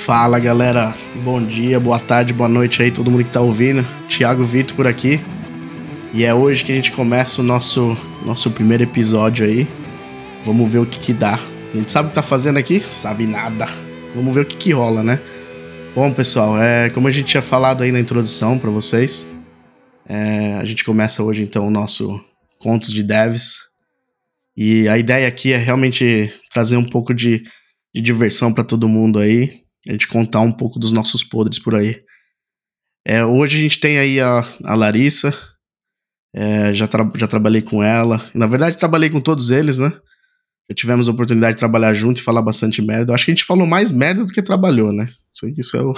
Fala galera, bom dia, boa tarde, boa noite aí, todo mundo que tá ouvindo. Thiago Vitor por aqui. E é hoje que a gente começa o nosso primeiro episódio aí. Vamos ver o que dá. A gente sabe o que tá fazendo aqui? Sabe nada. Vamos ver o que rola, né? Bom, pessoal, como a gente tinha falado aí na introdução pra vocês, a gente começa hoje então o nosso Contos de Devs. E a ideia aqui é realmente trazer um pouco de diversão pra todo mundo aí. A gente contar um pouco dos nossos podres por aí. Hoje a gente tem aí a Larissa. Já trabalhei com ela. Na verdade, trabalhei com todos eles, né? Já tivemos a oportunidade de trabalhar junto e falar bastante merda. Eu acho que a gente falou mais merda do que trabalhou, né? Isso é o...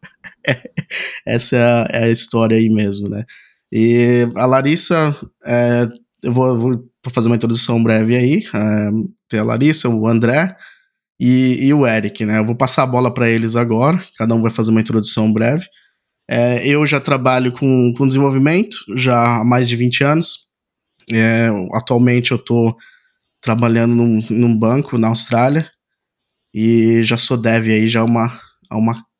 Essa é a história aí mesmo, né? E a Larissa... eu vou fazer uma introdução breve aí. Tem a Larissa, o André... E o Eric, né? Eu vou passar a bola para eles agora, cada um vai fazer uma introdução breve. Eu já trabalho com desenvolvimento, já há mais de 20 anos. Atualmente eu tô trabalhando num banco na Austrália e já sou dev aí já há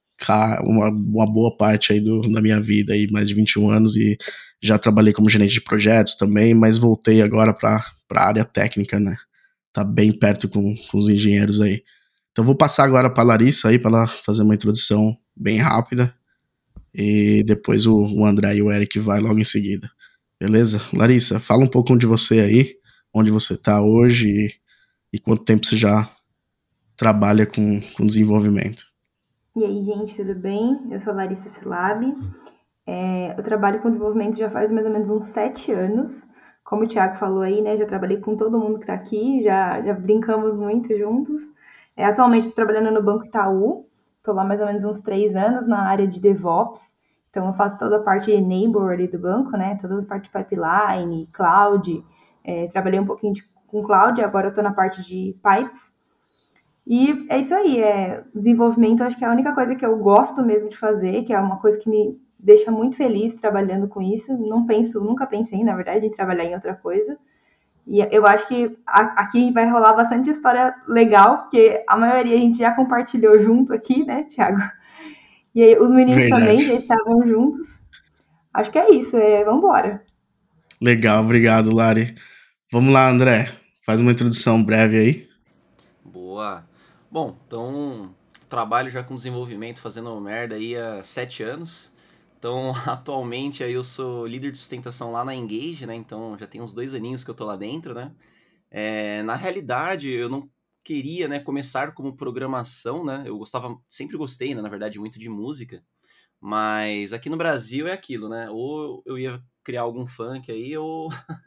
uma boa parte aí da minha vida, aí, mais de 21 anos, e já trabalhei como gerente de projetos também, mas voltei agora para a área técnica, né? Tá bem perto com os engenheiros aí. Então vou passar agora para a Larissa aí, para ela fazer uma introdução bem rápida. E depois o André e o Eric vai logo em seguida. Beleza? Larissa, fala um pouco de você aí, onde você tá hoje e quanto tempo você já trabalha com desenvolvimento. E aí, gente, tudo bem? Eu sou a Larissa Silabi. Eu trabalho com desenvolvimento já faz mais ou menos uns 7 anos. Como o Thiago falou aí, né? Já trabalhei com todo mundo que tá aqui, já brincamos muito juntos. Atualmente estou trabalhando no Banco Itaú. Estou lá mais ou menos uns 3 anos na área de DevOps. Então eu faço toda a parte enabler ali do banco, né? Toda a parte de pipeline, cloud. Trabalhei um pouquinho com cloud, agora eu estou na parte de pipes. E é isso aí, desenvolvimento, acho que é a única coisa que eu gosto mesmo de fazer, que é uma coisa que me deixa muito feliz trabalhando com isso. Nunca pensei, na verdade, em trabalhar em outra coisa. E eu acho que aqui vai rolar bastante história legal, porque a maioria a gente já compartilhou junto aqui, né, Thiago? E aí os meninos também Verdade. já estavam juntos. Acho que é isso, vambora. Legal, obrigado, Lari. Vamos lá, André. Faz uma introdução breve aí. Boa. Bom, então trabalho já com desenvolvimento, fazendo merda aí há 7 anos. Então, atualmente aí eu sou líder de sustentação lá na Engage, né? Então já tem uns 2 aninhos que eu tô lá dentro, né? Na realidade, eu não queria, né, começar como programação, né? Sempre gostei, né, na verdade, muito de música. Mas aqui no Brasil é aquilo, né? Ou eu ia criar algum funk aí, ou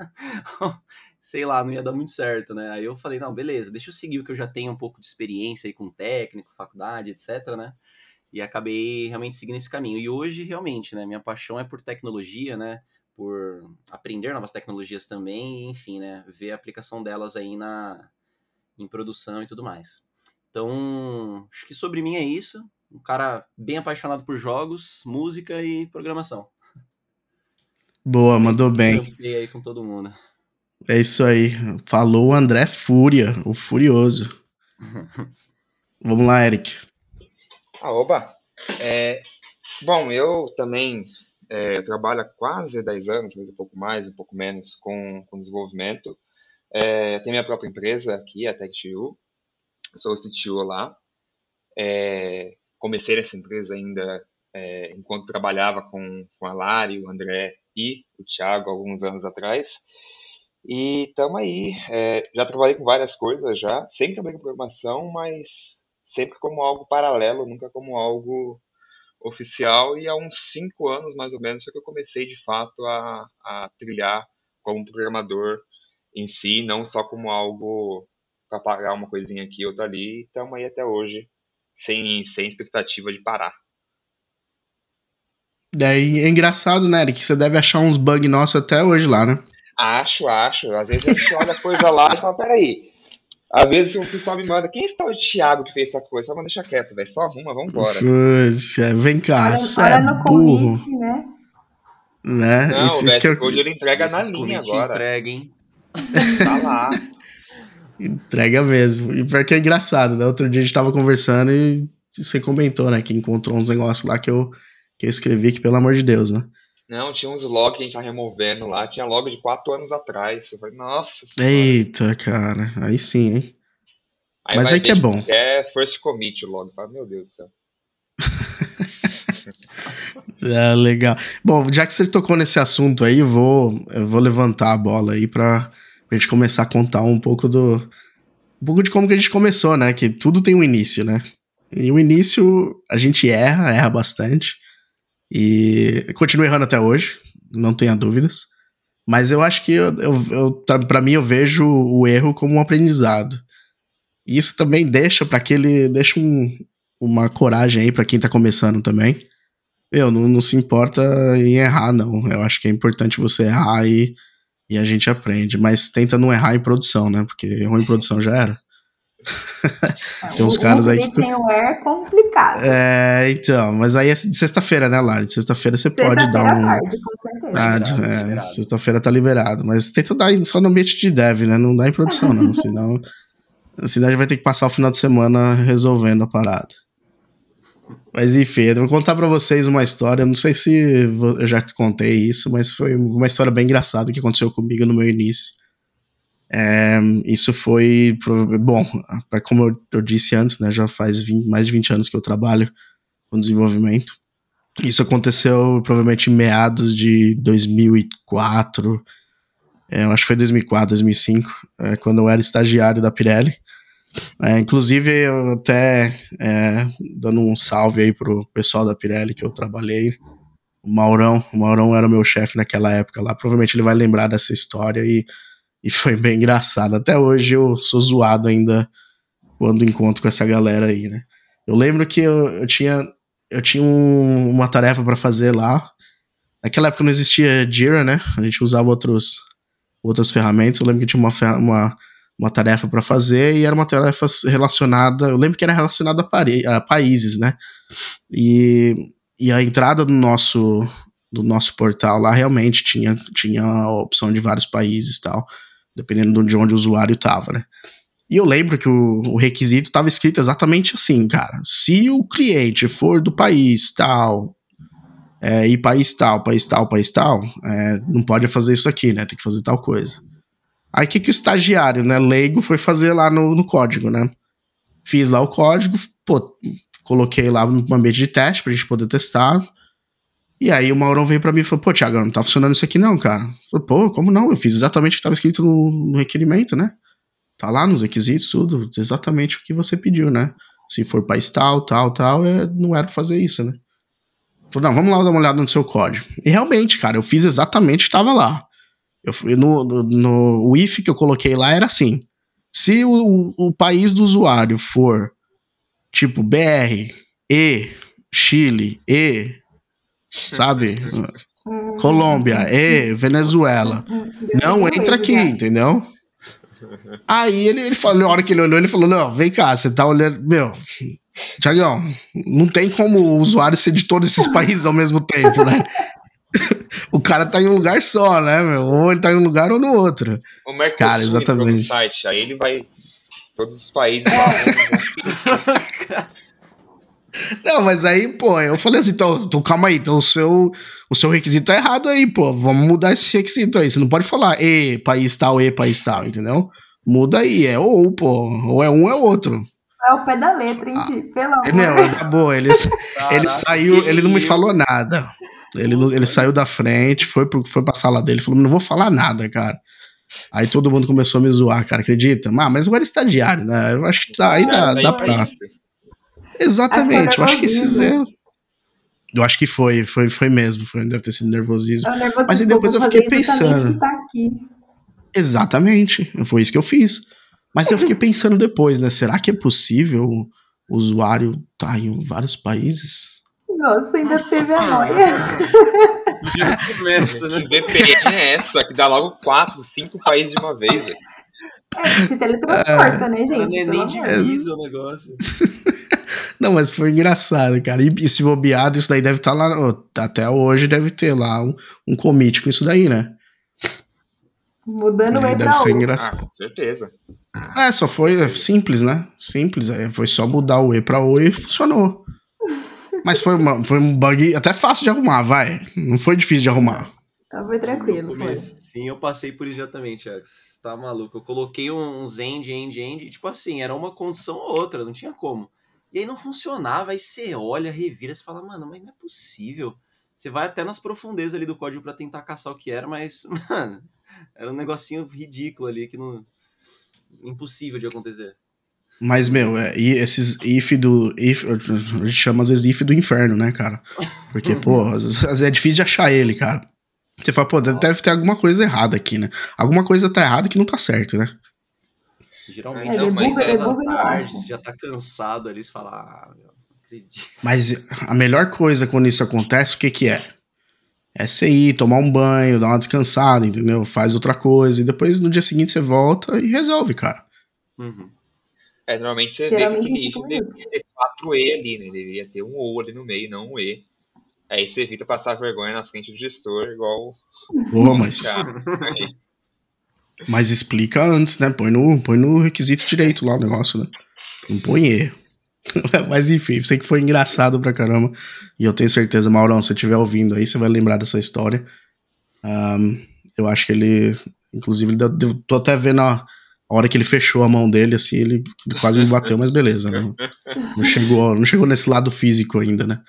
sei lá, não ia dar muito certo, né? Aí eu falei, não, beleza, deixa eu seguir o que eu já tenho um pouco de experiência aí com técnico, faculdade, etc, né? E acabei realmente seguindo esse caminho. E hoje, realmente, né, minha paixão é por tecnologia, né? Por aprender novas tecnologias também, e, enfim, né? Ver a aplicação delas aí em produção e tudo mais. Então, acho que sobre mim é isso. Um cara bem apaixonado por jogos, música e programação. Boa, Sempre mandou bem. trampei aí com todo mundo. É isso aí. Falou o André Fúria, o Furioso. Vamos lá, Eric. Oba! Bom, eu também trabalho há quase 10 anos, mas um pouco mais, um pouco menos, com desenvolvimento. Tenho minha própria empresa aqui, a TechTU. Sou o CTO lá. Comecei nessa empresa ainda enquanto trabalhava com a Lari, o André e o Thiago alguns anos atrás. E estamos aí. Já trabalhei com várias coisas já. Sempre trabalhei com programação, mas sempre como algo paralelo, nunca como algo oficial. E há uns 5 anos, mais ou menos, foi que eu comecei, de fato, a trilhar como programador em si, não só como algo para pagar uma coisinha aqui, outra ali. Estamos aí até hoje, sem expectativa de parar. Daí é engraçado, né, Eric? Você deve achar uns bugs nossos até hoje lá, né? Acho. Às vezes a gente olha a coisa lá e fala, peraí. Às vezes o pessoal me manda, quem é esse tal de Thiago que fez essa coisa? Eu falo, deixa quieto, velho, só arruma, vambora. Vem cá, você é Olha no burro, commit, né? né? Não, o Isso que VS eu... Code ele E entrega na esses linha commit agora. entrega, hein? Tá lá. Entrega mesmo. E pior que é engraçado, né? Outro dia a gente tava conversando e você comentou, né? Que encontrou uns negócios lá que eu escrevi que, pelo amor de Deus, né? Não, tinha uns logs que a gente tá removendo lá. Tinha log de 4 anos atrás. Eu falei, nossa senhora. Eita, cara. Aí sim, hein? Aí Mas vai aí que ver é bom. que é first commit o log. Fala, meu Deus do céu. É, legal. Bom, já que você tocou nesse assunto aí, eu vou levantar a bola aí pra gente começar a contar um pouco de como que a gente começou, né? Que tudo tem um início, né? E o início, a gente erra bastante. E continua errando até hoje, não tenha dúvidas. Mas eu acho que pra mim eu vejo o erro como um aprendizado. E isso também deixa uma coragem aí pra quem tá começando também. Não se importa em errar, não. Eu acho que é importante você errar e a gente aprende. Mas tenta não errar em produção, né? Porque errou em produção já era. Tem uns caras aí que... sem o é complicado. Então, mas aí é de sexta-feira, né, Lari? Sexta-feira você pode dar um... Tarde, com certeza. Liberado. Sexta-feira tá liberado. Mas tenta dar só no ambiente de dev, né? Não dá em produção, não. Senão a gente vai ter que passar o final de semana resolvendo a parada. Mas enfim, eu vou contar pra vocês uma história. Não sei se eu já contei isso, mas foi uma história bem engraçada que aconteceu comigo no meu início. Isso foi... Bom, como eu disse antes, né? Já faz mais de 20 anos que eu trabalho com desenvolvimento. Isso aconteceu provavelmente em meados de 2004. Eu acho que foi 2004, 2005, quando eu era estagiário da Pirelli. Inclusive, eu até dando um salve aí pro pessoal da Pirelli que eu trabalhei. O Maurão era meu chefe naquela época lá. Provavelmente ele vai lembrar dessa história e foi bem engraçado. Até hoje eu sou zoado ainda quando encontro com essa galera aí, né? Eu lembro que eu tinha uma tarefa pra fazer lá. Naquela época não existia Jira, né? A gente usava outras ferramentas. Eu lembro que tinha uma tarefa pra fazer e era uma tarefa relacionada... Eu lembro que era relacionada a países, né? E a entrada do nosso portal lá realmente tinha a opção de vários países e tal, dependendo de onde o usuário tava, né? E eu lembro que o requisito estava escrito exatamente assim, cara. Se o cliente for do país tal, e país tal, não pode fazer isso aqui, né? Tem que fazer tal coisa. Aí o que o estagiário, né, leigo, foi fazer lá no código, né? Fiz lá o código, coloquei lá no ambiente de teste pra gente poder testar. E aí o Maurão veio pra mim e falou, Thiago, não tá funcionando isso aqui não, cara. Eu falei, como não? Eu fiz exatamente o que estava escrito no requerimento, né? Tá lá nos requisitos, tudo, exatamente o que você pediu, né? Se for país tal, não era pra fazer isso, né? Falei, não, vamos lá dar uma olhada no seu código. E realmente, cara, eu fiz exatamente o que estava lá. No if que eu coloquei lá era assim, se o país do usuário for tipo BR, Chile, sabe? Colômbia, Venezuela, não entra aqui, entendeu? Aí ele falou, na hora que ele olhou, ele falou, não, vem cá, você tá olhando, meu, Thiagão, não tem como o usuário ser de todos esses países ao mesmo tempo, né? O cara tá em um lugar só, né, meu? Ou ele tá em um lugar ou no outro. O Mercosul, cara, exatamente. No site, aí ele vai todos os países lá. Não, mas aí, pô, eu falei assim, então calma aí, então o seu requisito tá errado aí, pô, vamos mudar esse requisito aí, você não pode falar país tal, entendeu? Muda aí, pô, ou é um, é outro. É o pé da letra, hein, pelo amor. Não, tá bom, ele saiu, ele não me falou nada. Ele saiu da frente, foi pra sala dele, falou, não vou falar nada, cara. Aí todo mundo começou a me zoar, cara, acredita? Mas eu era estagiário, né? Eu acho que aí dá pra... Exatamente, eu acho que esses erros... Eu acho que foi mesmo, deve ter sido nervosismo. Mas aí depois eu fiquei pensando... Tá aqui. Exatamente, foi isso que eu fiz. Mas eu fiquei pensando depois, né? Será que é possível o usuário tá em vários países? Nossa, ainda teve a noia. Que VPN é essa? Que dá logo 4, 5 países de uma vez, velho. Se teletransporta, né, gente? Não é nem divisa o negócio. Não, mas foi engraçado, cara. E se bobeado, isso daí deve estar lá... Até hoje deve ter lá um commit com isso daí, né? Mudando meio pra outro. Com certeza. Só foi simples, né? Simples. Foi só mudar o E pra O e funcionou. Mas foi um bug até fácil de arrumar, vai. Não foi difícil de arrumar. Então foi tranquilo, No foi. comecinho eu passei por isso já também, Thiago. Você tá maluco. Eu coloquei uns end, e tipo assim, era uma condição ou outra, não tinha como. E aí não funcionava, aí você olha, revira, você fala, mano, mas não é possível. Você vai até nas profundezas ali do código pra tentar caçar o que era, mas, mano, era um negocinho ridículo ali que não. Impossível de acontecer. Mas, meu, e esses if, a gente chama às vezes if do inferno, né, cara? Porque, pô, às vezes é difícil de achar ele, cara. Você fala, pô, deve ter alguma coisa errada aqui, né? Alguma coisa tá errada que não tá certo, né? Geralmente, Não, mas da eu tarde, acho. você já tá cansado ali, você fala, meu, não acredito. Mas a melhor coisa quando isso acontece, o que que é? É você ir, tomar um banho, dar uma descansada, entendeu? Faz outra coisa, e depois no dia seguinte você volta e resolve, cara. Uhum. Normalmente você Geralmente vê que em aquele 5 if minutos. deveria ter 4E ali, né? Deveria ter um O ali no meio, não um E. Aí você evita passar vergonha na frente do gestor, igual Pô, esse cara. mas explica antes, né? Põe no requisito direito lá o negócio, né? Não põe erro. Mas enfim, sei que foi engraçado pra caramba. E eu tenho certeza, Maurão, se você estiver ouvindo aí, você vai lembrar dessa história. Eu acho que ele. Inclusive, tô até vendo a hora que ele fechou a mão dele, assim, ele quase me bateu, mas beleza. Não chegou nesse lado físico ainda, né?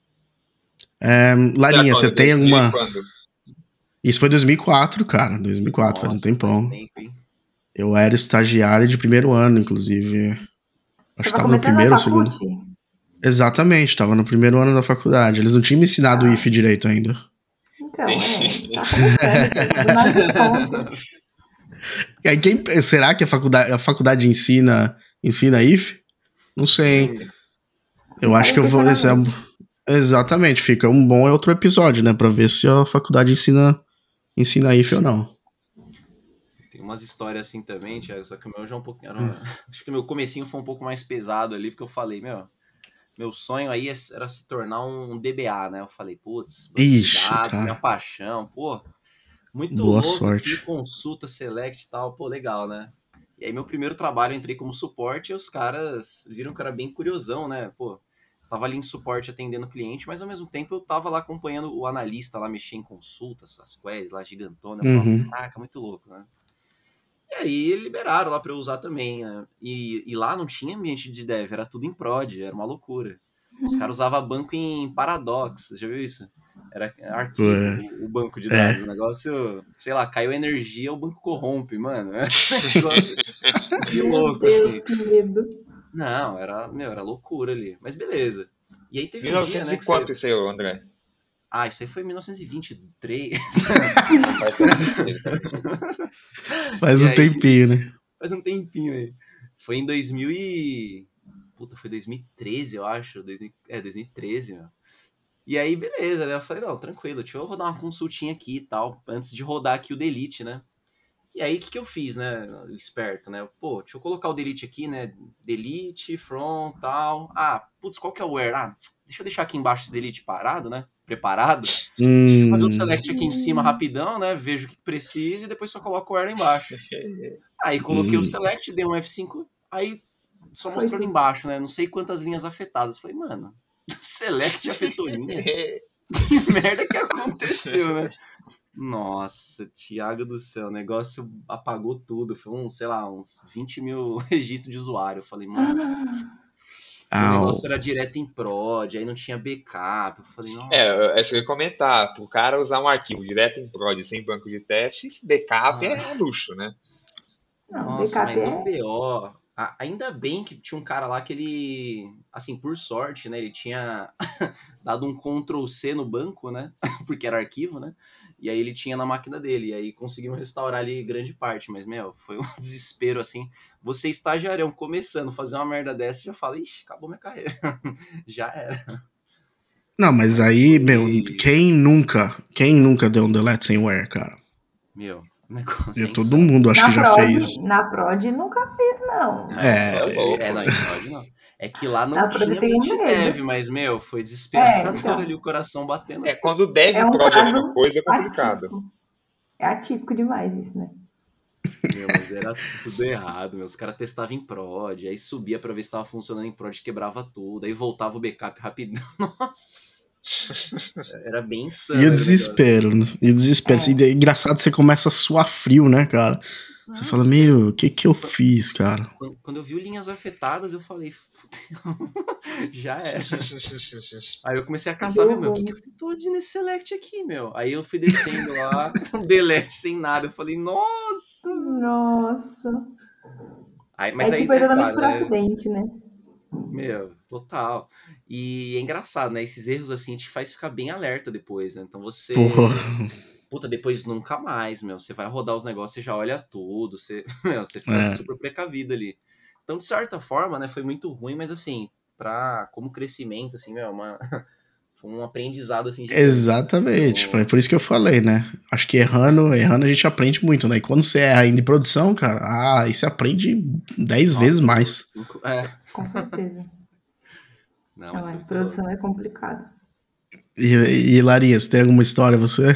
Larinha, você tem 2000 alguma. quando? Isso foi 2004, cara. 2004, faz um Nossa, faz tempão. tempo, hein? Eu era estagiário de primeiro ano, inclusive. Acho que Tava tava no começando a primeiro ou segundo. faculte? Exatamente, tava no primeiro ano da faculdade. Eles não tinham me ensinado o Ah. IF direito ainda. Então, tá começando, do nada de ponto. E aí, será que a faculdade ensina IF? Não sei, hein? Eu acho que eu vou. Exatamente, fica um bom outro episódio, né? Pra ver se a faculdade ensina IF ou não. Tem umas histórias assim também, Thiago, só que o meu já é um pouquinho. Acho que o meu comecinho foi um pouco mais pesado ali, porque eu falei, meu sonho aí era se tornar um DBA, né? Eu falei, putz, banco de Ixi, dados, minha cara. paixão, pô, muito Boa louco aqui, sorte. consulta, select e tal, pô, legal, né? E aí meu primeiro trabalho eu entrei como suporte e os caras viram que eu era bem curiosão, né? Pô, tava ali em suporte atendendo o cliente, mas ao mesmo tempo eu tava lá acompanhando o analista lá mexer em consultas, essas queries lá gigantona. Eu falava, Uhum. caraca, muito louco, né? E aí liberaram lá pra eu usar também, né? E lá não tinha ambiente de dev, era tudo em prod, era uma loucura. Os caras usavam banco em Paradox, você já viu isso? Era arquivo, o banco de dados. O negócio, sei lá, caiu energia, o banco corrompe, mano. É um negócio de louco, assim. Que medo. Não, era loucura ali. Mas beleza. E aí teve um dia, 1900 né, e que quanto você... isso aí, André? Ah, isso aí foi em 1923. Faz tempo dele, tá? Faz E um aí, tempinho, né? faz um tempinho aí. Foi em 2000 e... Puta, foi 2013, eu acho. 2013, meu. E aí, beleza, né? Eu falei, não, tranquilo, deixa eu rodar uma consultinha aqui e tal, antes de rodar aqui o delete, né? E aí, o que eu fiz, né? Esperto, né? Pô, deixa eu colocar o delete aqui, né? Delete, from, tal. Ah, putz, qual que é o where? Ah, deixa eu deixar aqui embaixo esse delete parado, né? Preparado. Deixa eu fazer o select aqui em cima rapidão, né? Vejo o que precisa e depois só coloco o where lá embaixo. Aí coloquei o select, dei um F5, aí só mostrou ali embaixo, né? Não sei quantas linhas afetadas. Falei, mano, select afetou linha? Que merda que aconteceu, né? Nossa, Thiago do céu, o negócio apagou tudo. Foi sei lá, uns 20 mil registros de usuário. Eu falei, mano. E o negócio era direto em prod, aí não tinha backup. Eu falei, nossa. É isso que eu ia comentar. Pro cara usar um arquivo direto em prod sem banco de teste, esse backup é luxo, né? Não, Nossa, backup mas no BO, ainda bem que tinha um cara lá que ele, assim, por sorte, né, ele tinha dado um Ctrl C no banco, né, porque era arquivo, né, e aí ele tinha na máquina dele, e aí conseguimos restaurar ali grande parte, mas, meu, foi um desespero, assim, você estagiarião começando a fazer uma merda dessa, já fala, ixi, acabou minha carreira, já era. Não, mas aí, meu, quem nunca deu um delete sem where, cara? Meu, negócio é Todo insano. mundo acho que já fez. Na prod nunca fiz, não. Não, louco. não, em prod não. É que lá não Na prod tinha eu tenho mente medo. dev, mas, meu, foi desesperador então. ali, o coração batendo. Quando deve É um prod é a mesma caso coisa, é complicado. atípico. É atípico demais isso, né? Meu, mas era tudo errado, meu. Os caras testavam em prod, aí subia pra ver se tava funcionando em prod, quebrava tudo, aí voltava o backup rapidão. Nossa! Era bem E o insano o negócio. desespero, né? E o desespero. É. E é engraçado, você começa a suar frio, né, cara? Você Não, fala, meu, o que que eu fiz, cara? quando eu vi o linhas afetadas, eu falei, fudeu, já era. Aí eu comecei a caçar, Deu meu, o que ruim. afetou nesse select aqui, meu? Aí eu fui descendo lá, delete sem nada, eu falei, nossa! Nossa. Aí, mas É que aí, foi é totalmente claro, por né? acidente, né? Meu, total. E é engraçado, né? Esses erros assim te faz ficar bem alerta depois, né? Então Porra. você. Puta, depois nunca mais, meu. Você vai rodar os negócios, você já olha tudo, você, meu, você fica É, super precavido ali. Então, de certa forma, né, foi muito ruim, mas assim, como crescimento, assim, meu, foi um aprendizado assim gigante, né? exatamente. Foi Então, por isso que eu falei, né? Acho que errando a gente aprende muito, né? E quando você erra ainda em produção, cara, aí você aprende 10 vezes nossa, mais. Com certeza. Não, Não mas é, foi muito louco. produção é complicado. E Larissa, tem alguma história você?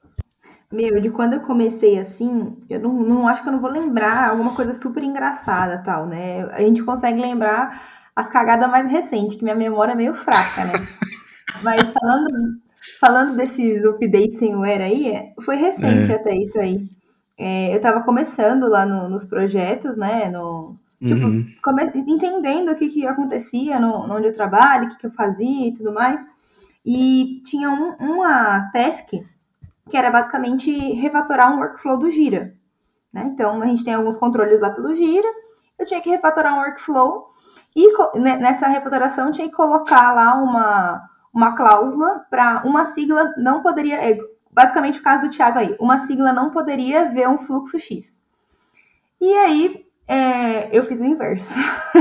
Meu, de quando eu comecei assim, eu não acho que eu não vou lembrar alguma coisa super engraçada tal, né? A gente consegue lembrar as cagadas mais recentes, que minha memória é meio fraca, né? Mas falando desses updates sem aí, foi recente É. até isso aí. É, eu tava começando lá nos projetos, né? Tipo, Uhum. entendendo o que acontecia onde eu trabalho, o que eu fazia e tudo mais. E tinha uma task que era basicamente refatorar um workflow do Gira. Né? Então, a gente tem alguns controles lá pelo Gira. Eu tinha que refatorar um workflow e nessa refatoração tinha que colocar lá uma cláusula para uma sigla não poderia. Basicamente o caso do Thiago aí, uma sigla não poderia ver um fluxo X. E aí eu fiz o inverso.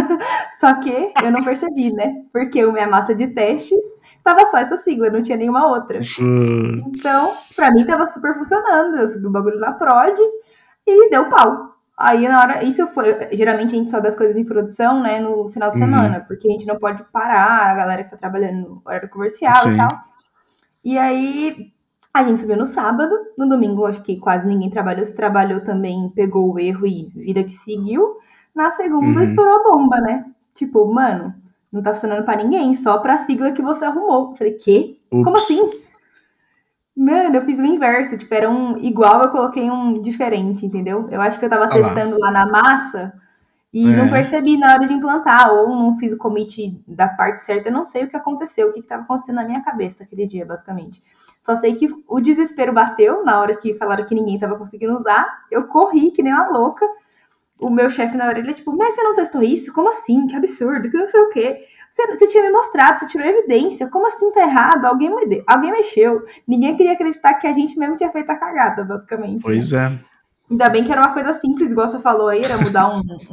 Só que eu não percebi, né? Porque a minha massa de testes tava só essa sigla, não tinha nenhuma outra. Então, Putz. pra mim tava super funcionando. Eu subi o bagulho na prod e deu pau. Aí na hora, isso foi, geralmente a gente sobe as coisas em produção, né, no final de semana, Uhum. porque a gente não pode parar, a galera que tá trabalhando no horário comercial e Sim. tal. E aí a gente subiu no sábado, no domingo acho que quase ninguém trabalhou, se trabalhou também, pegou o erro e vida que seguiu. Na segunda Uhum. estourou a bomba, né? Tipo, mano, não tá funcionando pra ninguém, só pra sigla que você arrumou. Falei, quê? Como Ups. assim? Mano, eu fiz o inverso, tipo, era um igual, eu coloquei um diferente, entendeu? Eu acho que eu tava Ah lá. testando lá na massa e não É. percebi na hora de implantar, ou não fiz o commit da parte certa, eu não sei o que aconteceu, o que estava acontecendo na minha cabeça aquele dia, basicamente. Só sei que o desespero bateu na hora que falaram que ninguém estava conseguindo usar, eu corri que nem uma louca, o meu chefe na orelha, tipo, mas você não testou isso? Como assim? Que absurdo, que não sei o quê. Você tinha me mostrado, você tirou evidência. Como assim tá errado? Alguém mexeu. Ninguém queria acreditar que a gente mesmo tinha feito a cagada, basicamente, né? Pois é. Ainda bem que era uma coisa simples, igual você falou aí, era mudar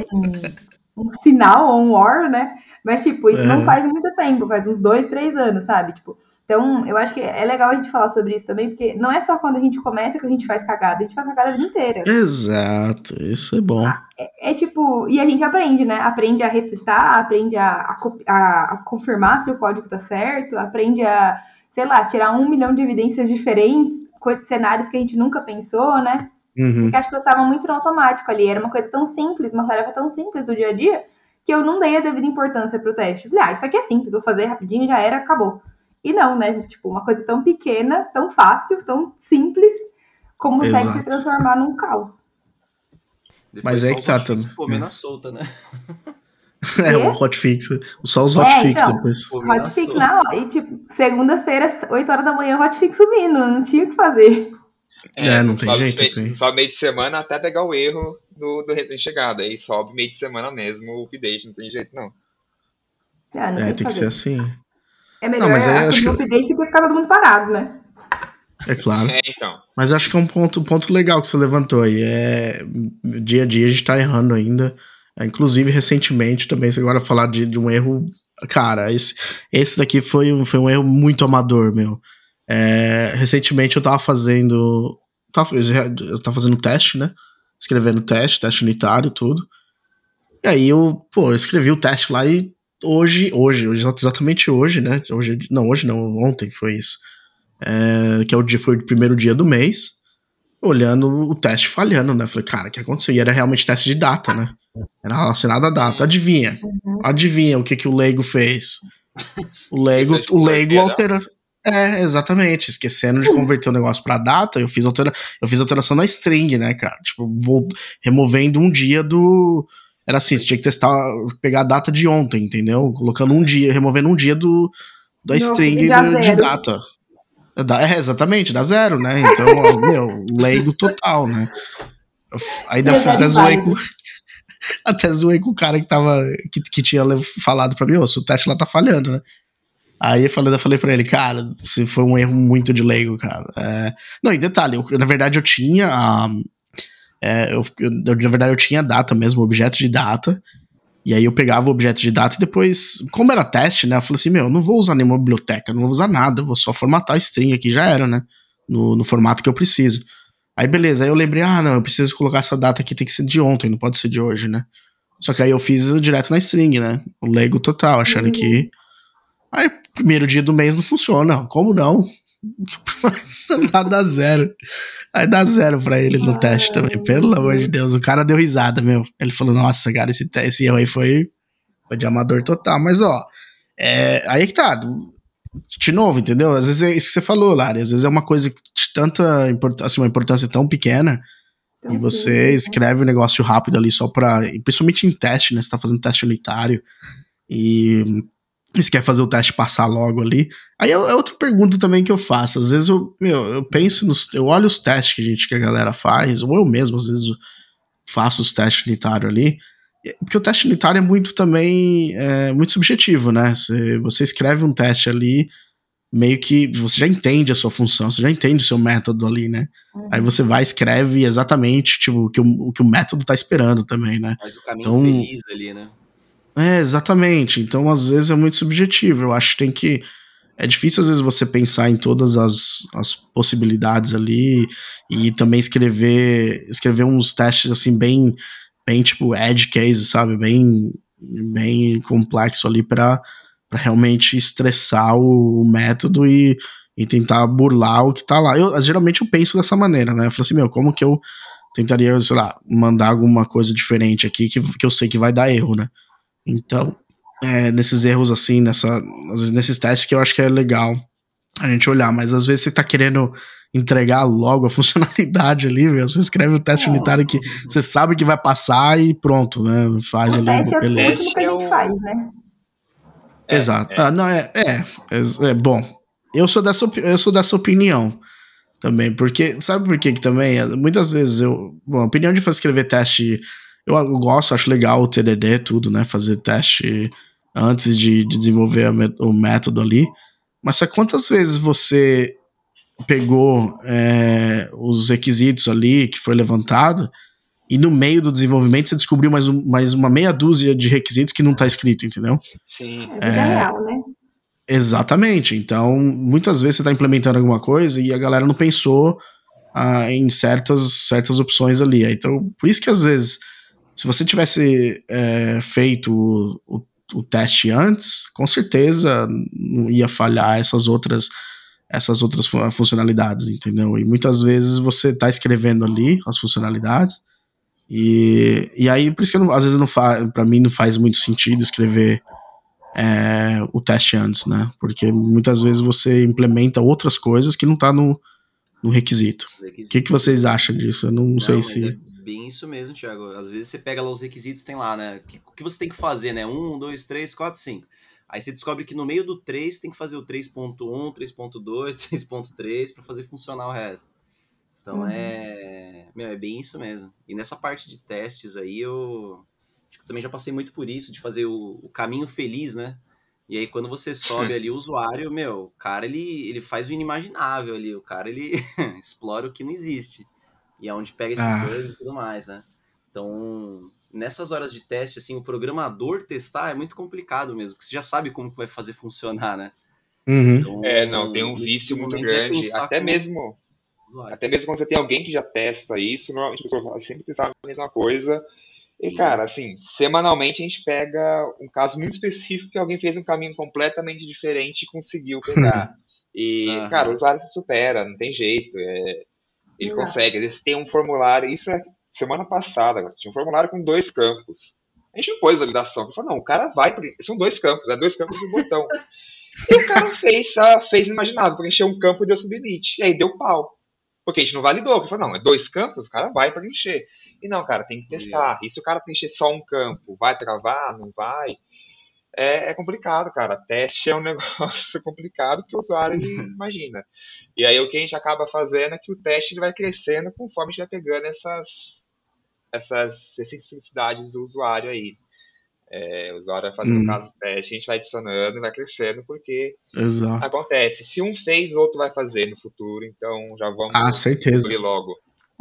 um sinal ou um OR, né? Mas, tipo, isso não É. faz muito tempo, faz uns 2, 3 anos, sabe? Tipo, então, eu acho que é legal a gente falar sobre isso também, porque não é só quando a gente começa que a gente faz cagada, a gente faz cagada a vida inteira. Exato. Isso é bom. É tipo, e a gente aprende, né? Aprende a retestar, aprende a confirmar se o código tá certo, aprende a, sei lá, tirar 1 milhão de evidências diferentes, cenários que a gente nunca pensou, né? Porque Uhum. acho que eu tava muito no automático ali. Era uma coisa tão simples, uma tarefa tão simples do dia a dia, que eu não dei a devida importância pro teste. Falei, isso aqui é simples, vou fazer rapidinho, já era, acabou. E não, né? Tipo, uma coisa tão pequena, tão fácil, tão simples, como consegue se Exato. transformar num caos. Depois Mas é só que os tá hotfix também. comer na solta, né? É, o Quê? hotfix. Só os hotfix Então, depois. Comer na hotfix na solta. hora. E, tipo, segunda-feira, 8 horas da manhã, hotfix subindo, não tinha o que fazer. É, não Não tem sobe, jeito, não tem. sobe meio de semana até pegar o erro do recém-chegado. Aí sobe meio de semana mesmo o update, não tem jeito não. Ah, não É, tem o que tem que ser fazer. assim. É Não, melhor mas é, acho subir que. o update do que ficar todo mundo parado, né? É claro. É, então. Mas acho que é um ponto legal que você levantou aí. Dia a dia a gente tá errando ainda. Inclusive, recentemente também, se agora falar de um erro. Cara, esse daqui foi um erro muito amador, meu. Recentemente eu tava fazendo. Eu tava fazendo teste, né? Escrevendo teste unitário, tudo. E aí eu escrevi o teste lá e exatamente hoje, né? Hoje não, ontem foi isso. Foi o primeiro dia do mês. olhando o teste falhando, né? Falei, cara, o que aconteceu? E era realmente teste de data, né? Era relacionado à data. Adivinha? Adivinha o que o leigo fez? O leigo alterou. Exatamente. Esquecendo de converter o negócio pra data, eu fiz alteração na string, né, cara? Tipo, removendo um dia do. Era assim, você tinha que testar, pegar a data de ontem, entendeu? Colocando um dia, removendo um dia da string de data. Exatamente, dá 0, né? Então, leigo total, né? Ainda até zoei com o cara que tinha falado pra mim, se o teste lá tá falhando, né? Aí eu falei pra ele, cara, se foi um erro muito de leigo, cara. Não, e detalhe, na verdade eu tinha na verdade eu tinha data mesmo, objeto de data, e aí eu pegava o objeto de data e depois, como era teste, né, eu falei assim, eu não vou usar nenhuma biblioteca, não vou usar nada, eu vou só formatar a string aqui, já era, né, no formato que eu preciso. Aí beleza, aí eu lembrei, não, eu preciso colocar essa data aqui, tem que ser de ontem, não pode ser de hoje, né. Só que aí eu fiz direto na string, né, o leigo total, achando que... Aí, primeiro dia do mês não funciona. Como não? Dá 0. Aí dá 0 pra ele no teste também. Pelo amor de Deus. O cara deu risada, meu. Ele falou, nossa, cara, esse erro aí foi de amador total. Mas, aí que tá. De novo, entendeu? Às vezes é isso que você falou, Lari. Às vezes é uma coisa de tanta importância, assim, uma importância tão pequena, e você escreve um negócio rápido ali só pra... Principalmente em teste, né? Você tá fazendo teste unitário. E se quer fazer o teste passar logo ali. Aí é outra pergunta também que eu faço. Às vezes eu penso eu olho os testes que a galera faz, ou eu mesmo, às vezes, faço os testes unitários ali. Porque o teste unitário é muito também muito subjetivo, né? Você escreve um teste ali, meio que você já entende a sua função, você já entende o seu método ali, né? Aí você vai e escreve exatamente tipo, o que o método tá esperando também, né? Faz o caminho feliz ali, né? Exatamente. Então, às vezes, é muito subjetivo. Eu acho que é difícil, às vezes, você pensar em todas as possibilidades ali e também escrever uns testes, assim, bem tipo, edge case, sabe? Bem complexo ali para realmente estressar o método e tentar burlar o que tá lá. Geralmente eu penso dessa maneira, né? Eu falo assim, como que eu tentaria, sei lá, mandar alguma coisa diferente aqui que eu sei que vai dar erro, né? Então, nesses erros assim, às vezes nesses testes que eu acho que é legal a gente olhar, mas às vezes você tá querendo entregar logo a funcionalidade ali, você escreve o teste unitário que você sabe que vai passar e pronto, né? Faz ali, beleza. É o último que a gente faz, né? Exato. Não, bom, eu sou dessa opinião também, porque, sabe por que também? Muitas vezes a opinião de fazer escrever teste, eu gosto, acho legal o TDD, tudo, né? Fazer teste antes de desenvolver o método ali. Mas só quantas vezes você pegou os requisitos ali que foi levantado e no meio do desenvolvimento você descobriu mais uma meia dúzia de requisitos que não tá escrito, entendeu? Sim. É vida real, né? Exatamente. Então, muitas vezes você tá implementando alguma coisa e a galera não pensou em certas opções ali. Então, por isso que às vezes, se você tivesse feito o teste antes, com certeza não ia falhar essas outras funcionalidades, entendeu? E muitas vezes você tá escrevendo ali as funcionalidades e aí, por isso que às vezes pra mim não faz muito sentido escrever o teste antes, né? Porque muitas vezes você implementa outras coisas que não tá no requisito. O que vocês acham disso? Eu não sei se... É bem isso mesmo, Thiago. Às vezes você pega lá os requisitos, tem lá, né? O que você tem que fazer, né? 1, 2, 3, 4, 5. Aí você descobre que no meio do 3 tem que fazer o 3.1, 3.2, 3.3 para fazer funcionar o resto. Então é bem isso mesmo. E nessa parte de testes aí, eu também já passei muito por isso, de fazer o caminho feliz, né? E aí quando você sobe ali o usuário, o cara ele faz o inimaginável ali, o cara ele explora o que não existe. E é onde pega esses bugs e tudo mais, né? Então, nessas horas de teste, assim, o programador testar é muito complicado mesmo, porque você já sabe como que vai fazer funcionar, né? Uhum. Então, tem um vício muito grande, até mesmo quando você tem alguém que já testa isso, normalmente a pessoa fala sempre testar a mesma coisa. E, cara, assim, semanalmente a gente pega um caso muito específico que alguém fez um caminho completamente diferente e conseguiu pegar. E, cara, o usuário se supera, não tem jeito. Ele Não. consegue. Eles têm um formulário, isso é semana passada, tinha um formulário com 2 campos. A gente não pôs validação. Ele falou, não, o cara vai, são 2 campos, é 2 campos de botão. E o cara fez inimaginável, preencheu um campo e deu submit. E aí deu pau. Porque a gente não validou. Ele falou, não, é 2 campos, o cara vai preencher. E não, cara, tem que testar. E se o cara preencher só um campo, vai travar? Não vai? É complicado, cara. Teste é um negócio complicado que o usuário ele imagina. E aí o que a gente acaba fazendo é que o teste ele vai crescendo conforme a gente vai pegando essas necessidades do usuário aí. O usuário vai fazendo casos de teste, a gente vai adicionando e vai crescendo, porque Exato. acontece. Se um fez, o outro vai fazer no futuro, então já vamos certeza. cobrir logo.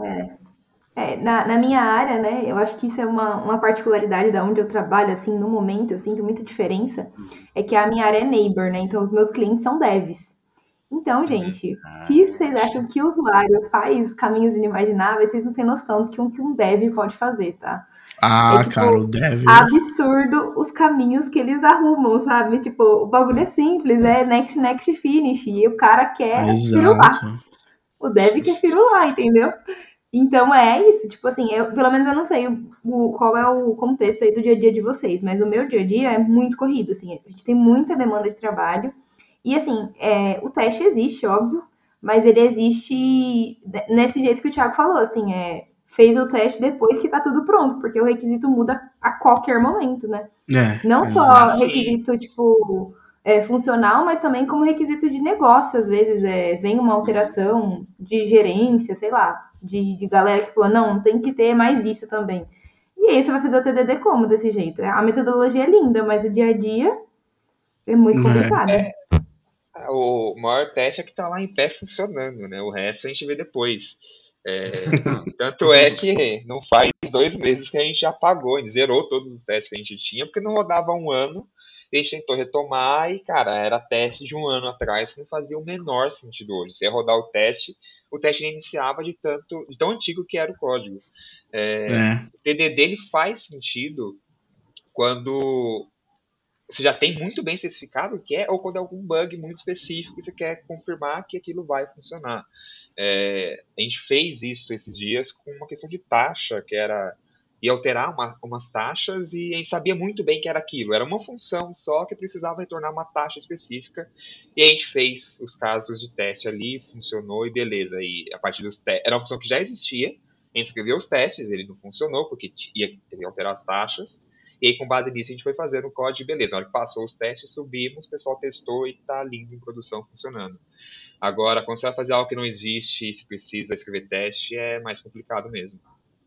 Na minha área, né, eu acho que isso é uma particularidade da onde eu trabalho, assim, no momento, eu sinto muita diferença, é que a minha área é neighbor, né, então os meus clientes são devs. Então, gente, se vocês acham que o usuário faz caminhos inimagináveis, vocês não têm noção do que um dev pode fazer, tá? Cara, o dev... absurdo os caminhos que eles arrumam, sabe? Tipo, o bagulho é simples, é next, next, finish, e o cara quer firular. O dev quer firular, entendeu? Então é isso, tipo assim, pelo menos eu não sei qual é o contexto aí do dia a dia de vocês, mas o meu dia a dia é muito corrido, assim, a gente tem muita demanda de trabalho, e assim, o teste existe, óbvio, mas ele existe nesse jeito que o Thiago falou, assim, fez o teste depois que tá tudo pronto, porque o requisito muda a qualquer momento, né? Não só requisito, tipo, funcional, mas também como requisito de negócio, às vezes vem uma alteração de gerência, sei lá, de galera que falou, não, tem que ter mais isso também. E aí você vai fazer o TDD como desse jeito? A metodologia é linda, mas o dia a dia é muito complicado. O maior teste é que tá lá em pé funcionando, né? O resto a gente vê depois. Tanto é que não faz 2 meses que a gente apagou, a gente zerou todos os testes que a gente tinha, porque não rodava um ano, a gente tentou retomar e, cara, era teste de um ano atrás que não fazia o menor sentido hoje. Você ia rodar o teste iniciava de tão antigo que era o código. O TDD ele faz sentido quando você já tem muito bem especificado o que é, ou quando é algum bug muito específico e você quer confirmar que aquilo vai funcionar. A gente fez isso esses dias com uma questão de taxa, que era ia alterar umas taxas e a gente sabia muito bem que era aquilo. Era uma função só que precisava retornar uma taxa específica e a gente fez os casos de teste ali, funcionou e beleza. E a partir dos testes, era uma função que já existia, a gente escreveu os testes, ele não funcionou porque ia ter que alterar as taxas. E aí, com base nisso, a gente foi fazendo o código, beleza. Na hora que passou os testes, subimos, o pessoal testou e tá lindo em produção, funcionando. Agora, quando você vai fazer algo que não existe e se precisa escrever teste, é mais complicado mesmo.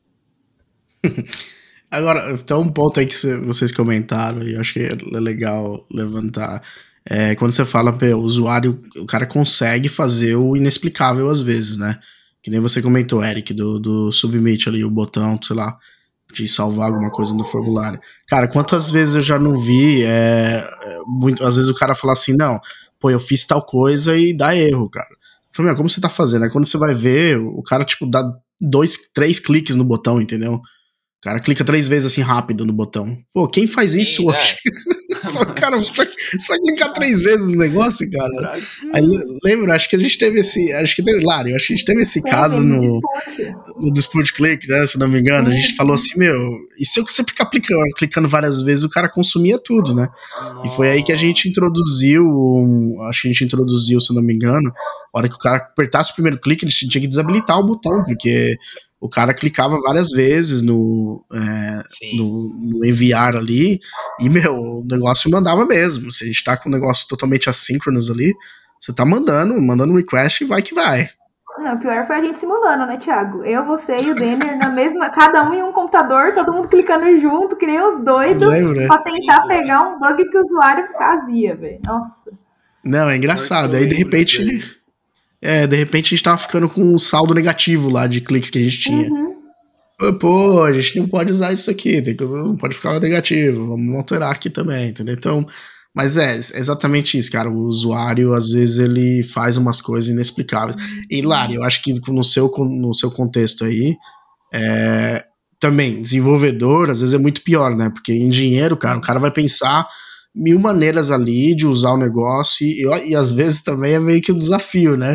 Agora, tem um ponto aí que vocês comentaram, e eu acho que é legal levantar. Quando você fala, o usuário, o cara consegue fazer o inexplicável às vezes, né? Que nem você comentou, Eric, do submit ali, o botão, sei lá, de salvar alguma coisa no formulário. Cara, quantas vezes eu já não vi, às vezes o cara fala assim, não, pô, eu fiz tal coisa e dá erro, cara. Eu falei, como você tá fazendo? Aí quando você vai ver, o cara, tipo, dá 2, 3 cliques no botão, entendeu? O cara clica 3 vezes assim rápido no botão. Pô, quem faz isso hoje? Cara, você vai clicar 3 vezes no negócio, cara? Aí, lembra, acho que a gente teve esse. Acho que teve, Lari, acho que a gente teve esse caso no Dispute Click, né? Se não me engano. A gente falou assim, e se você ficar clicando várias vezes, o cara consumia tudo, né? E foi aí que a gente introduziu, acho que a gente introduziu, se não me engano, a hora que o cara apertasse o primeiro clique, ele tinha que desabilitar o botão, porque o cara clicava várias vezes no enviar ali e, o negócio mandava mesmo. Se a gente tá com um negócio totalmente assíncrono ali, você tá mandando request e vai que vai. Não, o pior foi a gente simulando, né, Thiago? Eu, você e o Denner na mesma, cada um em um computador, todo mundo clicando junto, que nem os doidos, pra tentar pegar um bug que o usuário fazia, velho. Nossa. Não, é engraçado. Aí, de repente a gente tava ficando com um saldo negativo lá de cliques que a gente tinha. Pô, a gente não pode usar isso aqui, não pode ficar negativo, vamos alterar aqui também, entendeu? Então, mas exatamente isso, cara. O usuário, às vezes, ele faz umas coisas inexplicáveis. E, Lari, eu acho que no seu contexto aí, também, desenvolvedor, às vezes é muito pior, né? Porque engenheiro, cara, o cara vai pensar 1000 maneiras ali de usar o negócio e às vezes também é meio que um desafio, né?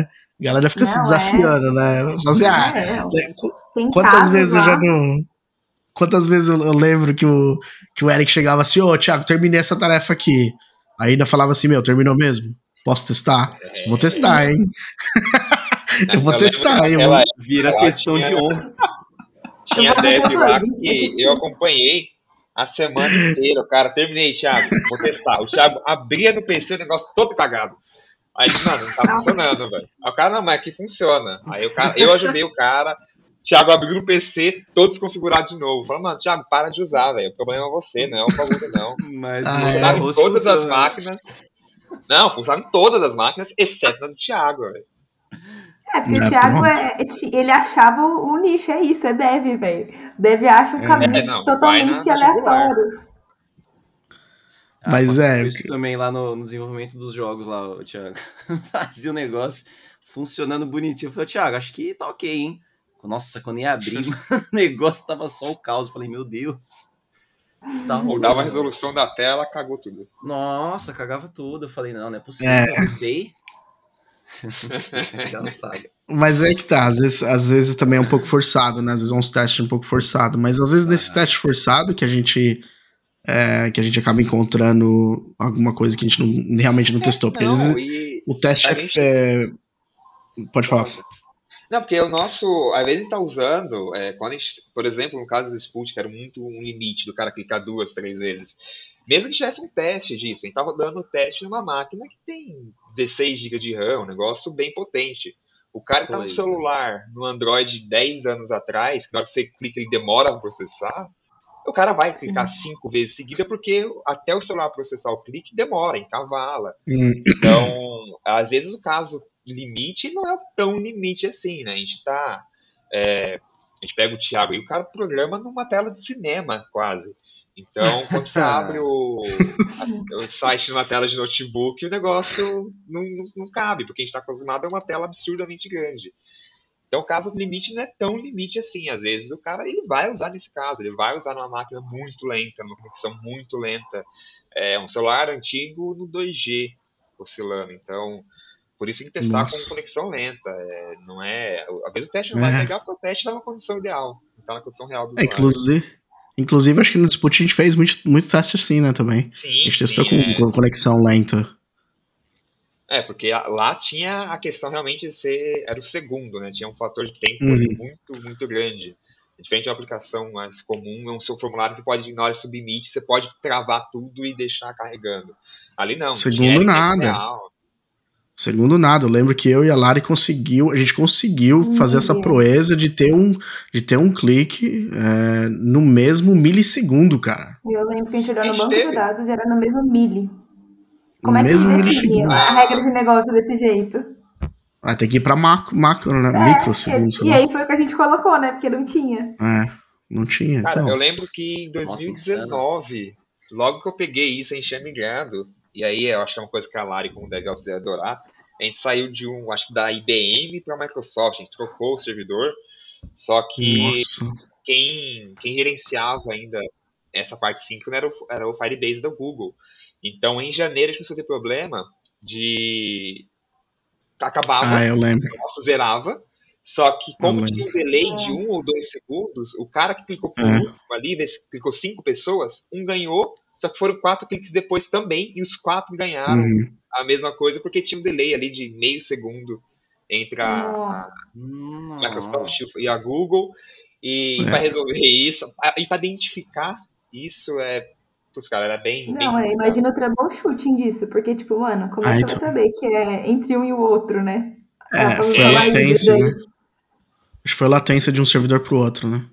A galera fica se Não, desafiando, né? Assim, tem quantas casos vezes eu lá. já não. Quantas vezes eu lembro que o Eric chegava assim, Thiago, terminei essa tarefa aqui. Aí ainda falava assim, terminou mesmo? Posso testar? Vou testar, hein? Eu vou Eu lembro que testar, hein? naquela época Vira lá questão de honra. Eu tinha vou fazer dev lá bug. que eu acompanhei a semana inteira. Cara, terminei, Thiago, vou testar. O Thiago abria no PC o negócio todo cagado. Aí, mano, não tá funcionando, velho. Aí o cara, não, mas aqui funciona. Aí eu ajudei o cara. Thiago abriu no PC, todo desconfigurado de novo. Falei, mano, Thiago, para de usar, velho. O problema é você, não é o bagulho, não. Mas Funcionava em host todas as funciona. máquinas. Não, funcionava em todas as máquinas, exceto na do Thiago, velho. Porque o Thiago, Pronto. ele achava o nicho, é isso, é dev, velho. Dev acha um caminho Não, vai totalmente na jugular. aleatório. Mas Passei por isso também lá no desenvolvimento dos jogos lá, o Thiago. Fazia o negócio funcionando bonitinho. Eu falei, Thiago, acho que tá ok, hein? Nossa, quando ia abrir, o negócio tava só o caos. Eu falei, meu Deus. Tá rolando. Mudava a resolução da tela, cagou tudo. Nossa, cagava tudo. Eu falei, não é possível. Eu testei. Engraçado. Mas é que tá, às vezes também é um pouco forçado, né? Às vezes é uns testes um pouco forçado. Mas às vezes nesses testes forçados que a gente acaba encontrando alguma coisa que a gente realmente não testou. Porque às vezes o teste Pode falar. Não, porque o nosso, às vezes está usando, quando a gente, por exemplo, no caso do Sput, que era muito um limite do cara clicar 2, 3 vezes. Mesmo que tivesse um teste disso, a gente estava dando o teste numa máquina que tem 16 GB de RAM, um negócio bem potente. O cara que está no celular, no Android 10 anos atrás, que na hora que você clica ele demora a processar, o cara vai clicar 5 vezes seguida, porque até o celular processar o clique demora, encavala. Então, às vezes o caso limite não é tão limite assim, né? A gente pega o Thiago e o cara programa numa tela de cinema, quase. Então, quando você abre o site numa tela de notebook, o negócio não cabe, porque a gente está acostumado a uma tela absurdamente grande. Então, o caso limite não é tão limite assim. Às vezes, o cara ele vai usar nesse caso, ele vai usar numa máquina muito lenta, numa conexão muito lenta. Um celular antigo no 2G oscilando. Então, por isso tem que testar com conexão lenta. Não é. Às vezes o teste não vai pegar porque o teste está na condição ideal, não está na condição real do usuário. Inclusive, acho que no Dispute a gente fez muito teste assim, né, também. Sim, a gente testou com conexão lenta. Porque lá tinha a questão realmente de ser. Era o segundo, né? Tinha um fator de tempo ali muito, muito grande. Diferente de uma aplicação mais comum, é um seu formulário, você pode, na hora de submit, você pode travar tudo e deixar carregando. Ali não. Segundo nada. Segundo nada. Eu lembro que eu e a Lari a gente conseguiu fazer essa proeza de ter um clique no mesmo milissegundo, cara. Eu lembro que a gente olhou no banco de dados e era no mesmo mili. Como é que mesmo define a regra de negócio desse jeito? Tem que ir pra macro, né? Microsegundos. E aí foi o que a gente colocou, né? Porque não tinha. Não tinha. Cara, então. eu lembro que em 2019, logo que eu peguei isso, a gente tinha migrado, e aí eu acho que é uma coisa que a Lari, como DevOps, deve adorar, a gente saiu acho que da IBM para a Microsoft, a gente trocou o servidor, só que quem gerenciava ainda essa parte síncrona era o Firebase da Google. Então, em janeiro, a gente começou a ter problema de... Acabava, eu lembro. o nosso zerava, só que como tinha um delay de 1 ou 2 segundos, o cara que clicou por último ali, clicou 5 pessoas, um ganhou, só que foram 4 cliques depois também, e os 4 ganharam a mesma coisa, porque tinha um delay ali de meio segundo entre a Microsoft e a Google, e para resolver isso, e para identificar isso, putz, cara, era bem... Não, eu imagino o troubleshooting disso, porque, tipo, mano, como é que você vai saber que é entre um e o outro, né? Foi a latência, né? Acho que foi a latência de um servidor pro outro, né?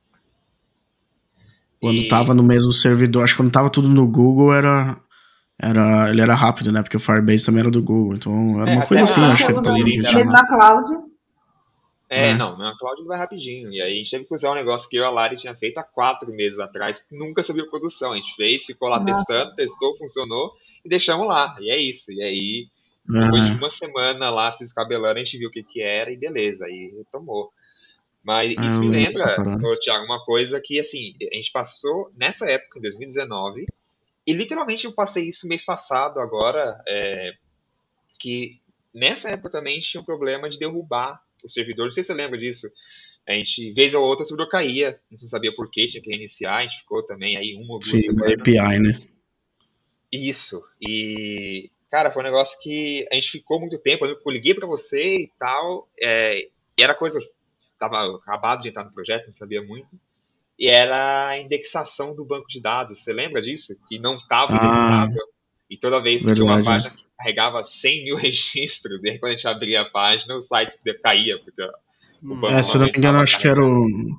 Quando tava no mesmo servidor, acho que quando tava tudo no Google ele era rápido, né? Porque o Firebase também era do Google, então era uma coisa assim, acho que era problema que mesmo na cloud. Não, na cloud vai rapidinho. E aí a gente teve que usar um negócio que eu e a Lari tinha feito há 4 meses atrás, que nunca subiu produção. A gente fez, ficou lá testando, testou, funcionou e deixamos lá. E é isso. E aí, depois de uma semana lá se descabelando, a gente viu o que era e beleza, aí retomou. Mas isso me lembra, Thiago, uma coisa que, assim, a gente passou nessa época, em 2019, e literalmente eu passei isso mês passado agora, que nessa época também a gente tinha um problema de derrubar o servidor. Não sei se você lembra disso. A gente, vez ou outra, o servidor caía. A gente não sabia por quê, tinha que reiniciar. A gente ficou também aí 1 ou 2 Sim, da semanas. API, né? Isso. E, cara, foi um negócio que a gente ficou muito tempo. Eu liguei pra você e tal. E era coisa. Tava acabado de entrar no projeto, não sabia muito. E era a indexação do banco de dados. Você lembra disso? Que não estava Ah, indexável. E toda vez que tinha uma verdade. página que carregava 100 mil registros, e aí quando a gente abria a página, o site caía, porque o banco Se eu não não me engano, estava acho que era, carregando.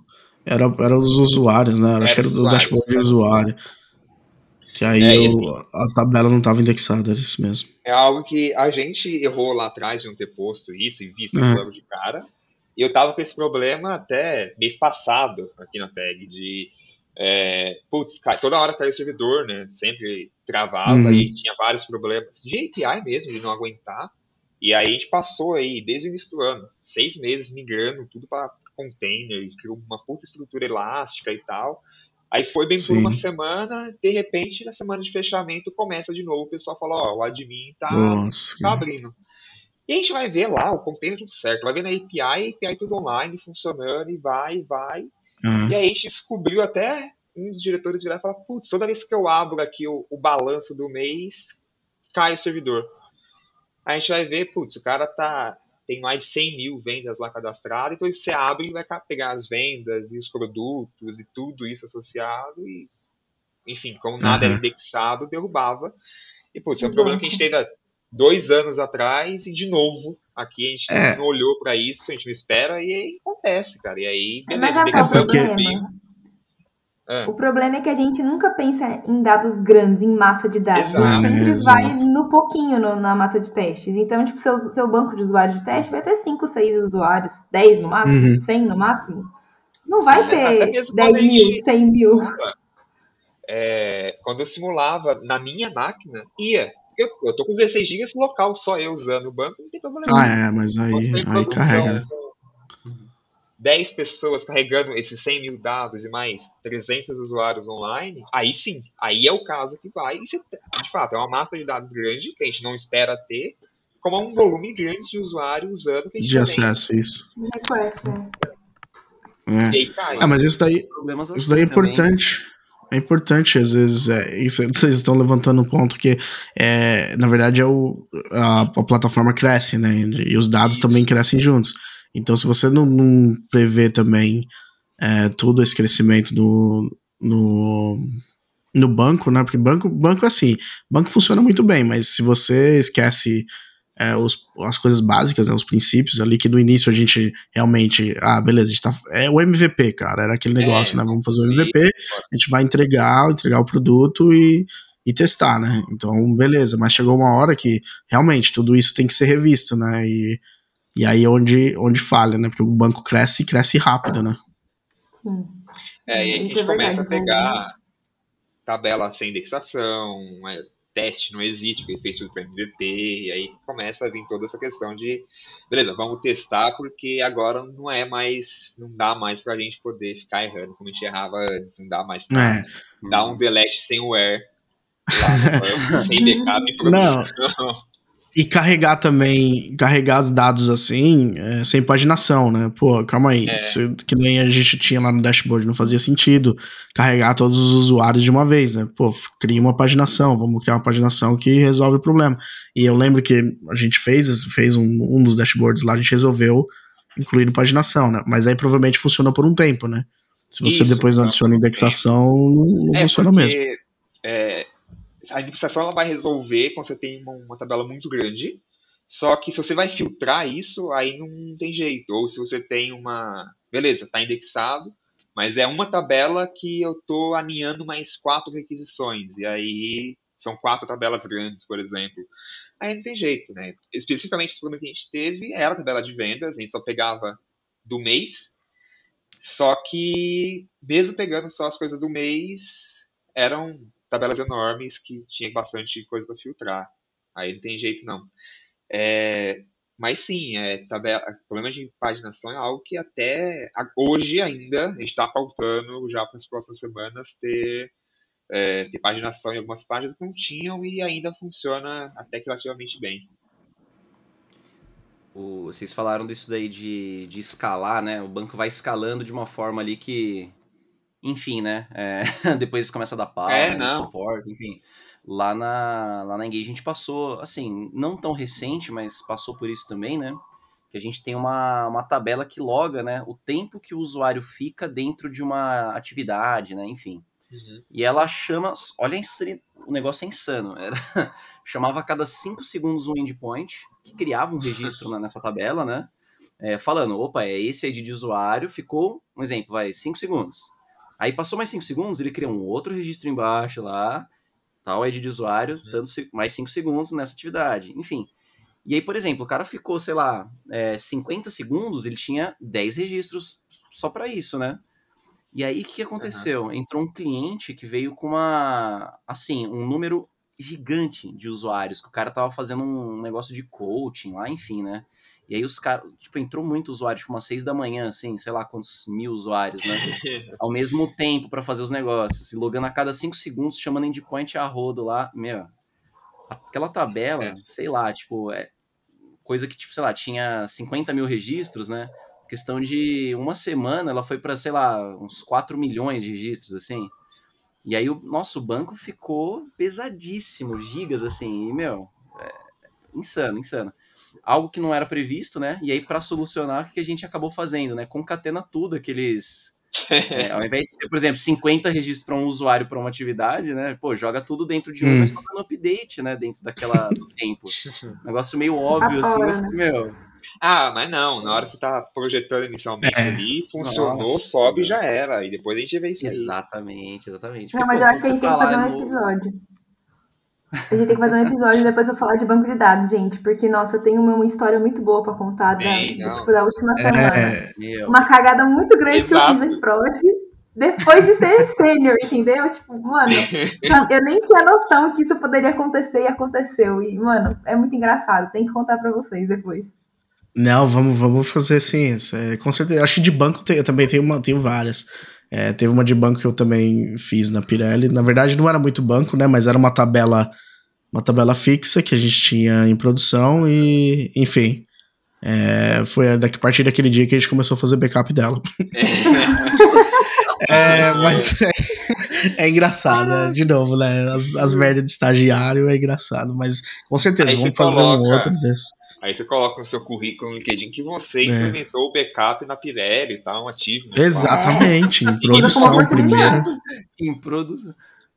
era os usuários, né? Acho que Era era os do usuários. dashboard de usuário. Que aí E assim, a tabela não estava indexada, era isso mesmo. é algo que a gente errou lá atrás de não ter posto isso e visto isso logo de cara. E eu tava com esse problema até mês passado aqui na tag de putz, toda hora caiu o servidor, né? Sempre travava Uhum. e tinha vários problemas de API mesmo, de não aguentar. E aí a gente passou aí, desde o início do ano, 6 meses migrando tudo para container, criou uma puta estrutura elástica e tal. Aí foi bem por uma Sim. semana, de repente, na semana de fechamento, começa de novo, o pessoal fala, ó, o admin Nossa. tá abrindo. E a gente vai ver lá, o container tudo certo, vai ver na API, a API tudo online, funcionando, e vai. Ah, E aí a gente descobriu até um dos diretores virar e falar, putz, toda vez que eu abro aqui o balanço do mês, cai o servidor. Aí a gente vai ver, putz, o cara tem mais de 100 mil vendas lá cadastradas, então você abre e vai pegar as vendas e os produtos e tudo isso associado e, enfim, como nada era aham. indexado, derrubava. E, putz, é O um problema que a gente banco. teve há 2 anos atrás e, de novo, aqui a gente É, não olhou para isso, a gente não espera e aí acontece, cara. E aí, Mas beleza, sabe qual é o porque. indexamos meio. problema? Ah, O problema é que a gente nunca pensa em dados grandes, em massa de dados. A gente exato. sempre vai Exato. no pouquinho na massa de testes. Então, tipo, seu banco de usuários de teste vai ter 5, 6 usuários, 10 no máximo, Uhum. 100 no máximo. Não vai Sim. Até ter mesmo quando a 10 mil, gente 100 mil. simula, quando eu simulava na minha máquina, ia. Eu tô com 16 GB local, só eu usando o banco, não tem problema nenhum. Mas Não aí, tem aí carrega, produção, né? 10 pessoas carregando esses 100 mil dados e mais 300 usuários online, aí sim, aí é o caso que vai. E de fato, é uma massa de dados grande que a gente não espera ter, como é um volume grande de usuários usando que a gente De também. acesso, isso. Request, né? E É. aí cai. Mas Problemas isso daí assim é também. importante. É importante, às vezes, isso, vocês estão levantando um ponto que, na verdade, a plataforma cresce, né? E os dados também Isso. crescem juntos. Então, se você não prevê também todo esse crescimento no, no banco, né? Porque banco assim, banco funciona muito bem, mas se você esquece as coisas básicas, né, os princípios ali, que no início a gente realmente, beleza, a gente tá, é o MVP, cara, era aquele negócio, né, vamos fazer o Construir. MVP, a gente vai entregar o produto e testar, né, então beleza, mas chegou uma hora que realmente tudo isso tem que ser revisto, né, e aí é onde falha, né, porque o banco cresce e cresce rápido, né. Sim. E aí a Isso é gente começa a verdade, pegar tabela sem indexação, teste não existe, porque fez tudo para MVP, e aí começa a vir toda essa questão de, beleza, vamos testar, porque agora não dá mais pra gente poder ficar errando como a gente errava antes, não dá mais pra É, dar um delete sem where lá no banco, sem backup em produção. não, e carregar os dados assim, sem paginação, né? Pô, calma aí. Que nem a gente tinha lá no dashboard, não fazia sentido carregar todos os usuários de uma vez, né? Pô, cria uma paginação, vamos criar uma paginação que resolve o problema. E eu lembro que a gente fez um dos dashboards lá, a gente resolveu incluir paginação, né? Mas aí provavelmente funciona por um tempo, né? Se você Isso, depois não funciona por adiciona um tempo. indexação, não funciona mesmo. Porque a indexação ela vai resolver quando você tem uma tabela muito grande, só que se você vai filtrar isso, aí não tem jeito. Ou se você tem beleza, está indexado, mas é uma tabela que eu estou alinhando mais 4 requisições, e aí são 4 tabelas grandes, por exemplo. Aí não tem jeito, né? Especificamente o problema que a gente teve era a tabela de vendas, a gente só pegava do mês, só que mesmo pegando só as coisas do mês, eram tabelas enormes que tinha bastante coisa para filtrar. Aí não tem jeito não. Mas sim, problema de paginação é algo que até hoje ainda a gente está pautando já para as próximas semanas ter paginação em algumas páginas que não tinham e ainda funciona até que relativamente bem. Vocês falaram disso daí de escalar, né? O banco vai escalando de uma forma ali que, enfim, né? Depois começa a dar pau, né? Não Não. suporta, enfim. Lá na Engage a gente passou, assim, não tão recente, mas passou por isso também, né? Que a gente tem uma tabela que loga, né? O tempo que o usuário fica dentro de uma atividade, né? Enfim. Uhum. E ela chama... Olha, o negócio é insano. Chamava a cada 5 segundos um endpoint, que criava um registro nessa tabela, né? Falando, opa, é esse ID de usuário, ficou, um exemplo, 5 segundos. Aí passou mais 5 segundos, ele cria um outro registro embaixo lá, tal ID de usuário, tanto mais 5 segundos nessa atividade. Enfim. E aí, por exemplo, o cara ficou, sei lá, 50 segundos, ele tinha 10 registros só para isso, né? E aí, o que aconteceu? Entrou um cliente que veio com um número gigante de usuários, que o cara tava fazendo um negócio de coaching lá, enfim, né? E aí os caras, entrou muito usuário, umas 6 da manhã, assim, sei lá quantos mil usuários, né? Ao mesmo tempo para fazer os negócios, se logando a cada 5 segundos, chamando endpoint a rodo lá, meu. Aquela tabela, sei lá, coisa que, sei lá, tinha 50 mil registros, né? Questão de uma semana, ela foi para, sei lá, uns 4 milhões de registros, assim. E aí o nosso banco ficou pesadíssimo, gigas, assim. E, meu, insano, insano. Algo que não era previsto, né? E aí, para solucionar, o que a gente acabou fazendo, né? Concatena tudo aqueles... ao invés de ser, por exemplo, 50 registros para um usuário para uma atividade, né? Pô, joga tudo dentro de um, mas só dando update, né? Dentro do tempo. Negócio meio óbvio, assim, mas, meu... mas não, na hora que você tá projetando inicialmente ali, funcionou, Nossa, sobe e já era. E depois a gente vê isso aí. Exatamente. Não, mas eu acho que a gente tem que fazer um episódio. A gente tem que fazer um episódio e depois eu falar de banco de dados, gente. Porque, nossa, eu tenho uma história muito boa pra contar da última semana. Uma cagada muito grande que eu fiz em prod depois de ser sênior, entendeu? Mano, eu nem tinha noção que isso poderia acontecer e aconteceu. E, mano, é muito engraçado. Tem que contar pra vocês depois. Não, vamos fazer assim. Com certeza. Acho que de banco eu também tenho várias. Teve uma de banco que eu também fiz na Pirelli. Na verdade, não era muito banco, né? Mas era uma tabela fixa que a gente tinha em produção e, enfim. Foi a partir daquele dia que a gente começou a fazer backup dela. Mas é engraçado, de novo, né? As merdas de estagiário é engraçado, mas com certeza, aí vamos fazer um outro desse. Aí você coloca no seu currículo no LinkedIn que você implementou o backup na Pirelli e tal, um ativo. Né? Exatamente, em produção primeiro. Em produção.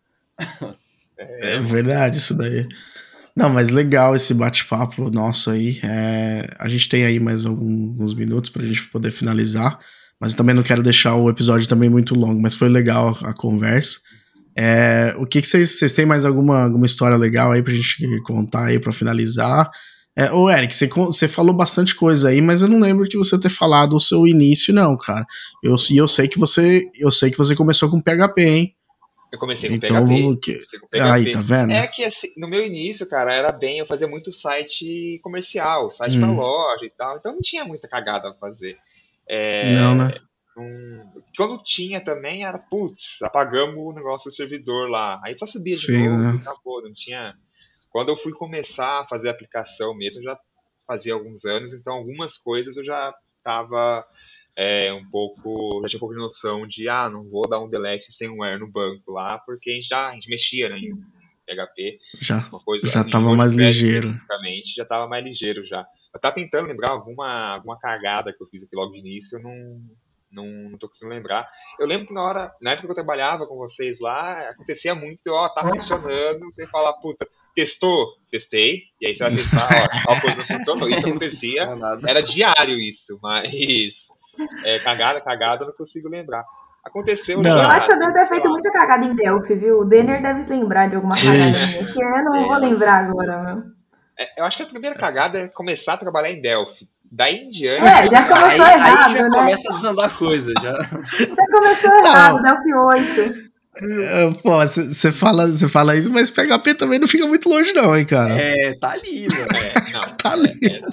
É verdade isso daí. Não, mas legal esse bate-papo nosso aí. A gente tem aí mais alguns minutos pra gente poder finalizar, mas também não quero deixar o episódio também muito longo, mas foi legal a conversa. O que vocês têm mais alguma história legal aí pra gente contar aí pra finalizar? Ô, Eric, você falou bastante coisa aí, mas eu não lembro de você ter falado o seu início, não, cara. Eu sei que você começou com PHP, hein? Eu comecei com PHP. Aí, tá vendo? É que assim, no meu início, cara, eu fazia muito site comercial, site pra loja e tal, então não tinha muita cagada pra fazer. Não, né? Quando tinha também era, apagamos o negócio do servidor lá. Aí só subia de novo né? e acabou, não tinha... Quando eu fui começar a fazer a aplicação mesmo, eu já fazia alguns anos, então algumas coisas eu já tava já tinha um pouco de noção de, não vou dar um delete sem um where no banco lá, porque a gente mexia, né, em PHP. Uma coisa, já tava mais ligeiro. Já tava mais ligeiro já. Eu tava tentando lembrar alguma cagada que eu fiz aqui logo de início, eu não tô conseguindo lembrar. Eu lembro que na época que eu trabalhava com vocês lá, acontecia muito, tá funcionando, você fala, testou? Testei, e aí você vai testar, qual coisa não funcionou. Isso acontecia, era diário isso, mas cagada eu não consigo lembrar. Aconteceu. Eu acho que eu devo ter feito muita cagada em Delphi, viu? O Denner deve lembrar de alguma cagada minha, que eu não vou lembrar agora, meu. Eu acho que a primeira cagada é começar a trabalhar em Delphi. Daí em diante... já começou errado, aí já né? começa a desandar a coisa, já. Já começou errado, Delphi 8. Pô, você fala isso, mas PHP também não fica muito longe não, hein, cara? Tá ali, mano. Tá ali.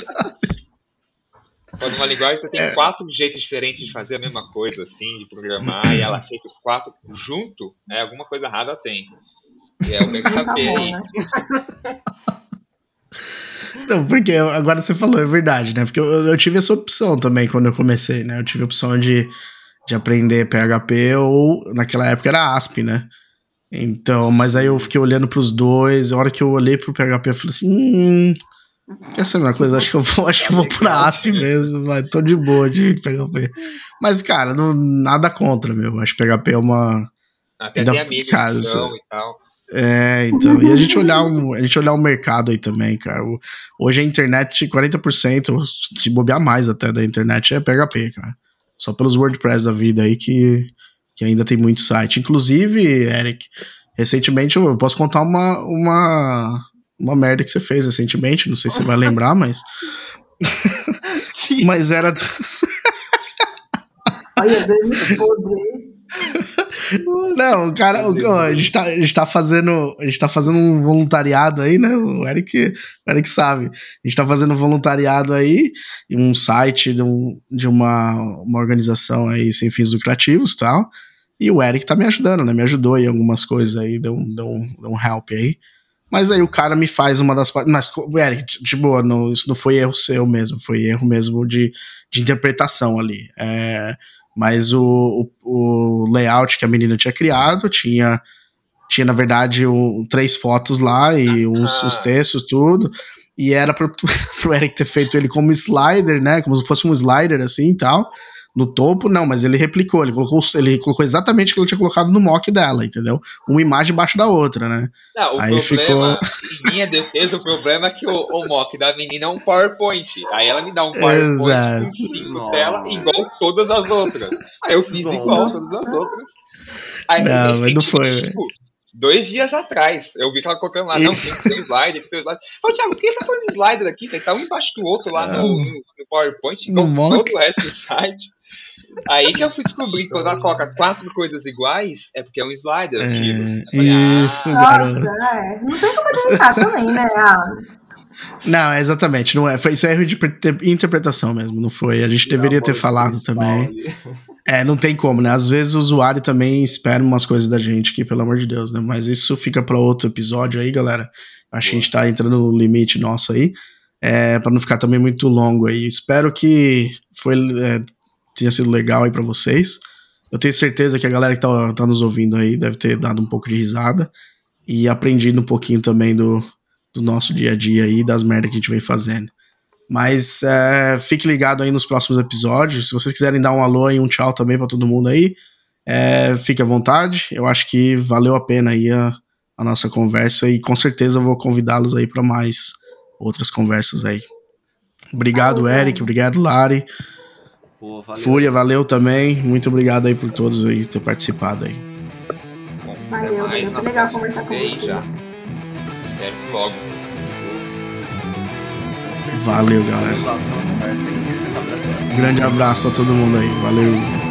Quando uma linguagem você tem 4 jeitos diferentes de fazer a mesma coisa, assim, de programar, e ela aceita os 4 junto, alguma coisa errada tem. E é o PHP aí. Então, porque agora você falou, é verdade, né? Porque eu tive essa opção também quando eu comecei, né? Eu tive a opção de aprender PHP ou, naquela época, era ASP, né? Então, mas aí eu fiquei olhando pros dois, a hora que eu olhei pro PHP, eu falei assim, quer saber uma coisa? Acho que eu vou por ASP mesmo, mas tô de boa de PHP. Mas, cara, nada contra, meu. Acho que PHP é uma... Até tem amigos que são e tal. Então. E a gente olhar o mercado aí também, cara. Hoje a internet, 40%, se bobear mais até da internet, é PHP, cara. Só pelos WordPress da vida aí que ainda tem muito site. Inclusive, Eric, recentemente eu posso contar uma merda que você fez recentemente, não sei se você vai lembrar, mas... mas era... Olha, Deus me podre. Não, cara, a gente tá fazendo um voluntariado aí, né? O Eric sabe. A gente tá fazendo um voluntariado aí em um site de uma organização aí sem fins lucrativos e tal. E o Eric tá me ajudando, né? Me ajudou em algumas coisas aí, deu um help aí. Mas aí o cara me faz uma das partes. Mas, Eric, de boa, isso não foi erro seu mesmo, foi erro mesmo de interpretação ali. Mas o layout que a menina tinha criado tinha na verdade, 3 fotos lá e os textos, tudo. E era pro Eric ter feito ele como slider, né? Como se fosse um slider assim e tal. No topo, não, mas ele replicou, ele colocou exatamente o que eu tinha colocado no mock dela, entendeu? Uma imagem embaixo da outra, né? Não, aí problema, em minha defesa, o problema é que o mock da menina é um PowerPoint. Aí ela me dá um PowerPoint com 5 telas, igual todas as outras. Aí eu fiz igual todas as outras. Aí, não, mas não foi, tipo, 2 dias atrás, eu vi que ela colocando lá, não, tem que ser um slider, tem que ser um slider. Ô, Thiago, por que tá falando slider aqui? Tá um embaixo do outro lá no PowerPoint, igual todo o resto do site. Aí que eu fui descobrir que quando ela coloca 4 coisas iguais, é porque é um slider. Isso, garoto. Não tem como adivinhar também, né? Não, exatamente, não é. Isso é erro de interpretação mesmo, não foi. A gente deveria ter falado também. Não tem como, né? Às vezes o usuário também espera umas coisas da gente aqui, pelo amor de Deus, né? Mas isso fica para outro episódio aí, galera. Acho que a gente tá entrando no limite nosso aí, para não ficar também muito longo aí. Espero que tenha sido legal aí pra vocês. Eu tenho certeza que a galera que tá nos ouvindo aí deve ter dado um pouco de risada e aprendido um pouquinho também do nosso dia a dia aí, das merdas que a gente vem fazendo. Mas fique ligado aí nos próximos episódios. Se vocês quiserem dar um alô e um tchau também pra todo mundo aí, fique à vontade. Eu acho que valeu a pena aí a nossa conversa e com certeza eu vou convidá-los aí pra mais outras conversas aí. Obrigado, Eric. Obrigado, Lari. Pô, valeu. Fúria, valeu também. Muito obrigado aí por todos aí ter participado aí. Bom, valeu, foi legal conversar com você. Já. Espero que logo. Valeu, galera. Um grande abraço pra todo mundo aí. Valeu.